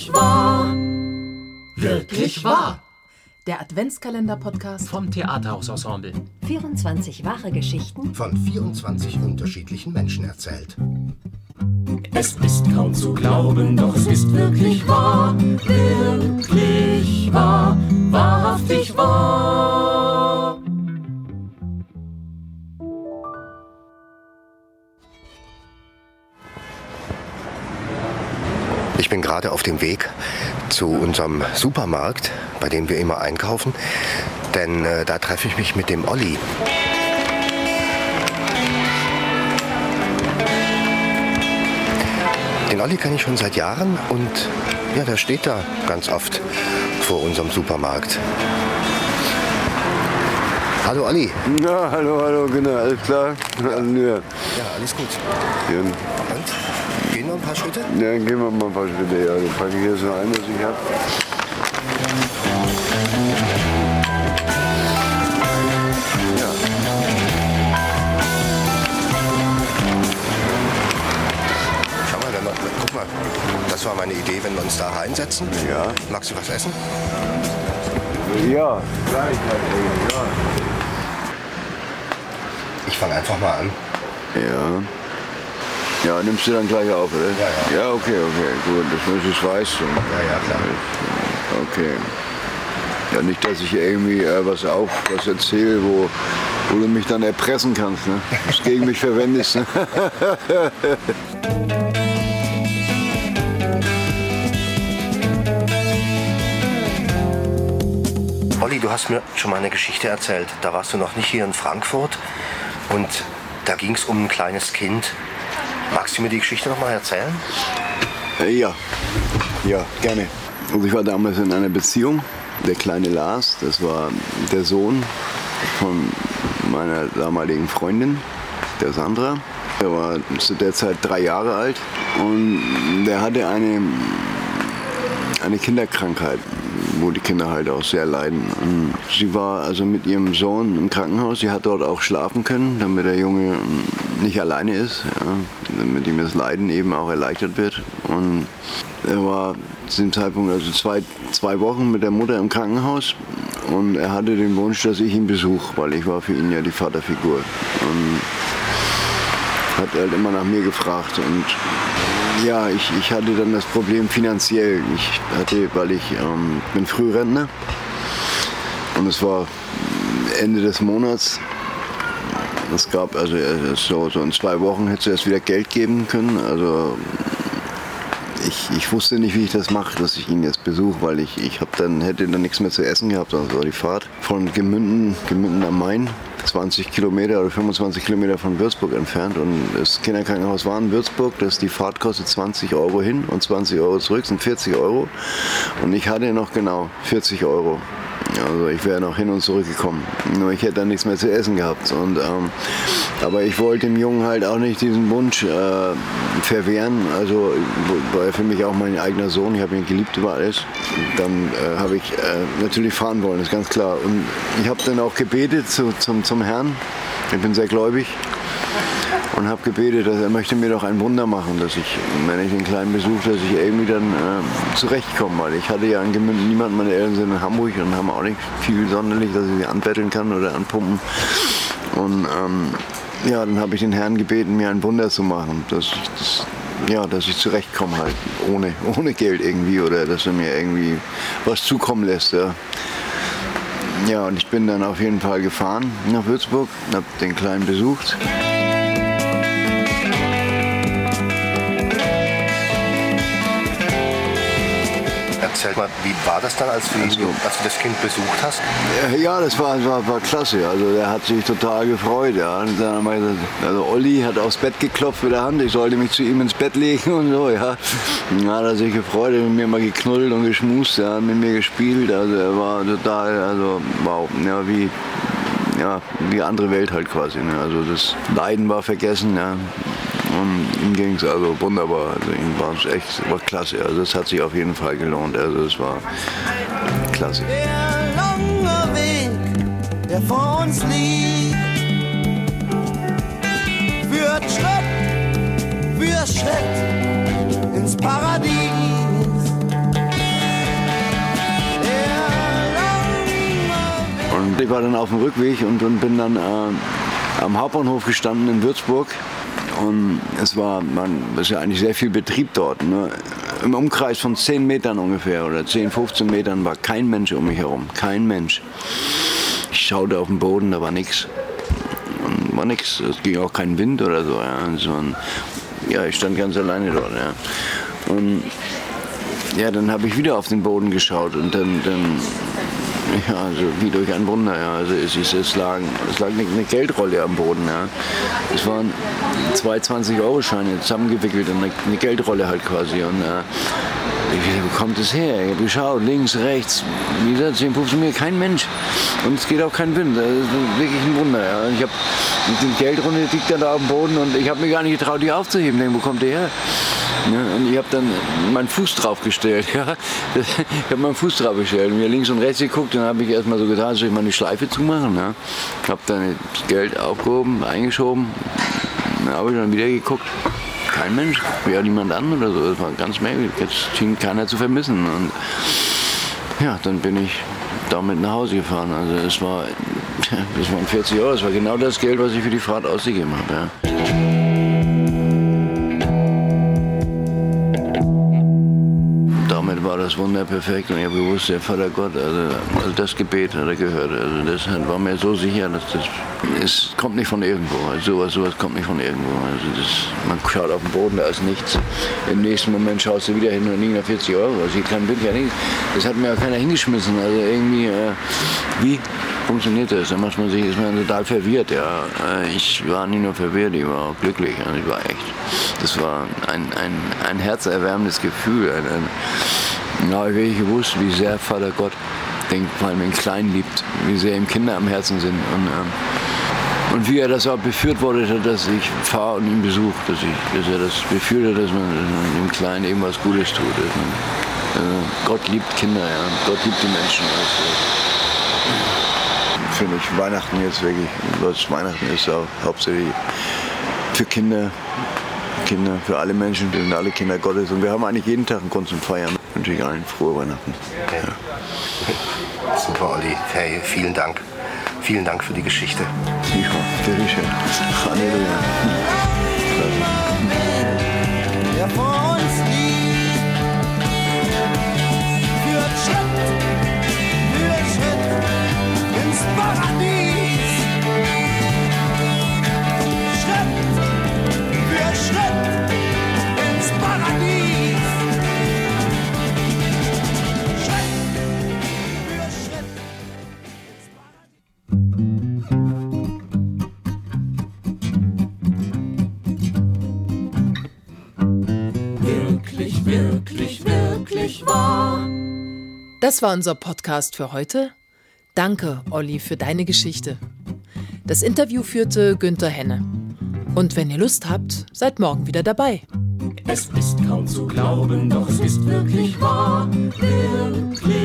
wirklich wahr. Wirklich wahr. Der Adventskalender-Podcast Vom Theaterhausensemble. 24 wahre Geschichten von 24 unterschiedlichen Menschen erzählt. Es ist kaum zu glauben, doch es ist wirklich wahr. Wirklich wahr. Wahrhaftig wahr. Ich bin gerade auf dem Weg zu unserem Supermarkt, bei dem wir immer einkaufen, denn da treffe ich mich mit dem Olli. Den Olli kenne ich schon seit Jahren und ja, der steht da ganz oft vor unserem Supermarkt. Hallo Olli. Ja, hallo, genau, alles klar? Ja, alles gut. Ja. Und? Gehen noch ein paar Schritte? Ja, gehen wir mal ein paar Schritte. Ja, dann packe ich jetzt noch ein, was ich habe. Ja. Schau mal, guck mal, das war meine Idee, wenn wir uns da reinsetzen. Ja. Magst du was essen? Ja, gleich halt, ja. Ich fange einfach mal an. Ja. Ja, nimmst du dann gleich auf, oder? Ja. Ja, okay, gut, das weißt du. Ja, klar. Okay. Ja, nicht, dass ich irgendwie was erzähle, wo du mich dann erpressen kannst, ne? Das gegen mich verwendest, ne? Olli, du hast mir schon mal eine Geschichte erzählt. Da warst du noch nicht hier in Frankfurt und da ging es um ein kleines Kind. Magst du mir die Geschichte noch mal erzählen? Ja, gerne. Also ich war damals in einer Beziehung. Der kleine Lars, das war der Sohn von meiner damaligen Freundin, der Sandra. Er war zu der Zeit 3 Jahre alt und der hatte eine Kinderkrankheit, wo die Kinder halt auch sehr leiden. Und sie war also mit ihrem Sohn im Krankenhaus. Sie hat dort auch schlafen können, damit der Junge nicht alleine ist, ja, damit ihm das Leiden eben auch erleichtert wird. Und er war zu dem Zeitpunkt also zwei Wochen mit der Mutter im Krankenhaus und er hatte den Wunsch, dass ich ihn besuche, weil ich war für ihn ja die Vaterfigur. Und hat halt immer nach mir gefragt und ja, ich hatte dann das Problem finanziell. Weil ich bin Frührentner und es war Ende des Monats. Es gab also so in 2 Wochen hätte es erst wieder Geld geben können. Also ich wusste nicht, wie ich das mache, dass ich ihn jetzt besuche, weil ich hätte dann nichts mehr zu essen gehabt. Das war die Fahrt von Gemünden am Main, 20 Kilometer oder 25 Kilometer von Würzburg entfernt. Und das Kinderkrankenhaus war in Würzburg. Die Fahrt kostet 20 Euro hin und 20 Euro zurück, sind 40 Euro. Und ich hatte noch genau 40 Euro. Also ich wäre noch hin und zurück gekommen. Nur ich hätte dann nichts mehr zu essen gehabt. Aber ich wollte dem Jungen halt auch nicht diesen Wunsch verwehren. Also war er für mich auch mein eigener Sohn. Ich habe ihn geliebt über alles. Dann habe ich natürlich fahren wollen, ist ganz klar. Und ich habe dann auch gebetet zum Herrn. Ich bin sehr gläubig. Und habe gebetet, dass er möchte mir doch ein Wunder machen, dass ich, wenn ich den Kleinen besuche, dass ich irgendwie dann zurechtkomme. Weil ich hatte ja in Gemünden niemanden, meine Eltern sind in Hamburg und haben auch nicht viel sonderlich, dass ich sie anbetteln kann oder anpumpen. Und dann habe ich den Herrn gebeten, mir ein Wunder zu machen, dass ich zurechtkomme halt, ohne Geld irgendwie oder dass er mir irgendwie was zukommen lässt. Ja, und ich bin dann auf jeden Fall gefahren nach Würzburg, habe den Kleinen besucht. Erzähl mal, wie war das dann, als du das Kind besucht hast? Ja, das war klasse. Also der hat sich total gefreut. Ja. Und dann haben wir gesagt, also Olli hat aufs Bett geklopft mit der Hand. Ich sollte mich zu ihm ins Bett legen und so. Ja. Dann hat er sich gefreut, er hat mit mir mal geknuddelt und geschmust, ja, mit mir gespielt. Also er war total, also wow, ja, wie andere Welt halt quasi. Ne. Also das Leiden war vergessen. Ja. Und ihm ging es also wunderbar. Also ihm war es echt, war klasse. Also es hat sich auf jeden Fall gelohnt. Also es war klasse. Der lange Weg, der vor uns liegt, führt Schritt für Schritt ins Paradies. Und ich war dann auf dem Rückweg und bin dann am Hauptbahnhof gestanden in Würzburg. Und es ist ja eigentlich sehr viel Betrieb dort. Ne? Im Umkreis von 10 Metern ungefähr oder 10, 15 Metern war kein Mensch um mich herum. Kein Mensch. Ich schaute auf den Boden, da war nichts. War nichts. Es ging auch kein Wind oder so. Ja, ich stand ganz alleine dort. Ja. Und ja, dann habe ich wieder auf den Boden geschaut und dann ja, also wie durch ein Wunder. Ja. Also es lag eine Geldrolle am Boden. Ja. Es waren 2 20-Euro-Scheine zusammengewickelt und eine Geldrolle halt quasi. Und wo kommt es her? Ich habe geschaut, links, rechts, wie gesagt, 10, 15 Meter, kein Mensch. Und es geht auch kein Wind. Das ist wirklich ein Wunder. Ja. Ich habe die Geldrolle liegt dann da auf dem Boden und ich habe mir gar nicht getraut, die aufzuheben. Wo kommt die her? Ja, und ich habe dann meinen Fuß draufgestellt. Ja. Ich habe meinen Fuß draufgestellt und mir links und rechts geguckt. Dann habe ich erstmal so getan, soll ich mal eine Schleife zumachen. Ja. Habe dann das Geld aufgehoben, eingeschoben. Dann habe ich dann wieder geguckt. Kein Mensch, ja niemand an oder so. Das war ganz merkwürdig. Jetzt schien keiner zu vermissen. Und ja, dann bin ich damit nach Hause gefahren. Also das waren 40 Euro. Das war genau das Geld, was ich für die Fahrt ausgegeben habe. Ja. Damit war das Wunder perfekt und ich habe gewusst, der Vater Gott, also das Gebet hat er gehört. Also das war mir so sicher, dass es kommt nicht von irgendwo. Also sowas kommt nicht von irgendwo. Also man schaut auf den Boden, da ist nichts. Im nächsten Moment schaust du wieder hin und liegen da 40 Euro. Also ich kann wirklich nichts. Das hat mir auch keiner hingeschmissen. Also irgendwie, wie funktioniert das? Da ist man total verwirrt. Ja. Ich war nicht nur verwirrt, ich war auch glücklich. Also ich war echt. Das war ein herzerwärmendes Gefühl. Ja, ich habe wirklich gewusst, wie sehr Vater Gott vor allem den Kleinen liebt, wie sehr ihm Kinder am Herzen sind. Und wie er das auch befürwortet hat, dass ich fahre und ihn besuche, dass er das befürwortet, dass man dem Kleinen irgendwas Gutes tut. Gott liebt Kinder, ja. Gott liebt die Menschen. Finde ich Weihnachten jetzt wirklich, Weihnachten ist auch hauptsächlich für Kinder, für alle Menschen, wir sind alle Kinder Gottes und wir haben eigentlich jeden Tag einen Grund zum Feiern. Natürlich allen frohe Weihnachten. Ja. Super, Olli. Hey, vielen Dank. Vielen Dank für die Geschichte. Ja, bitteschön. Halleluja. Der vor uns liegt, führt Schritt für Schritt ins Paradies. Schritt für Schritt ins Paradies. Schritt für Schritt ins Paradies. Wirklich, wirklich, wirklich wahr. Das war unser Podcast für heute. Danke, Olli, für deine Geschichte. Das Interview führte Günther Henne. Und wenn ihr Lust habt, seid morgen wieder dabei. Es ist kaum zu glauben, doch es ist wirklich wahr. Wirklich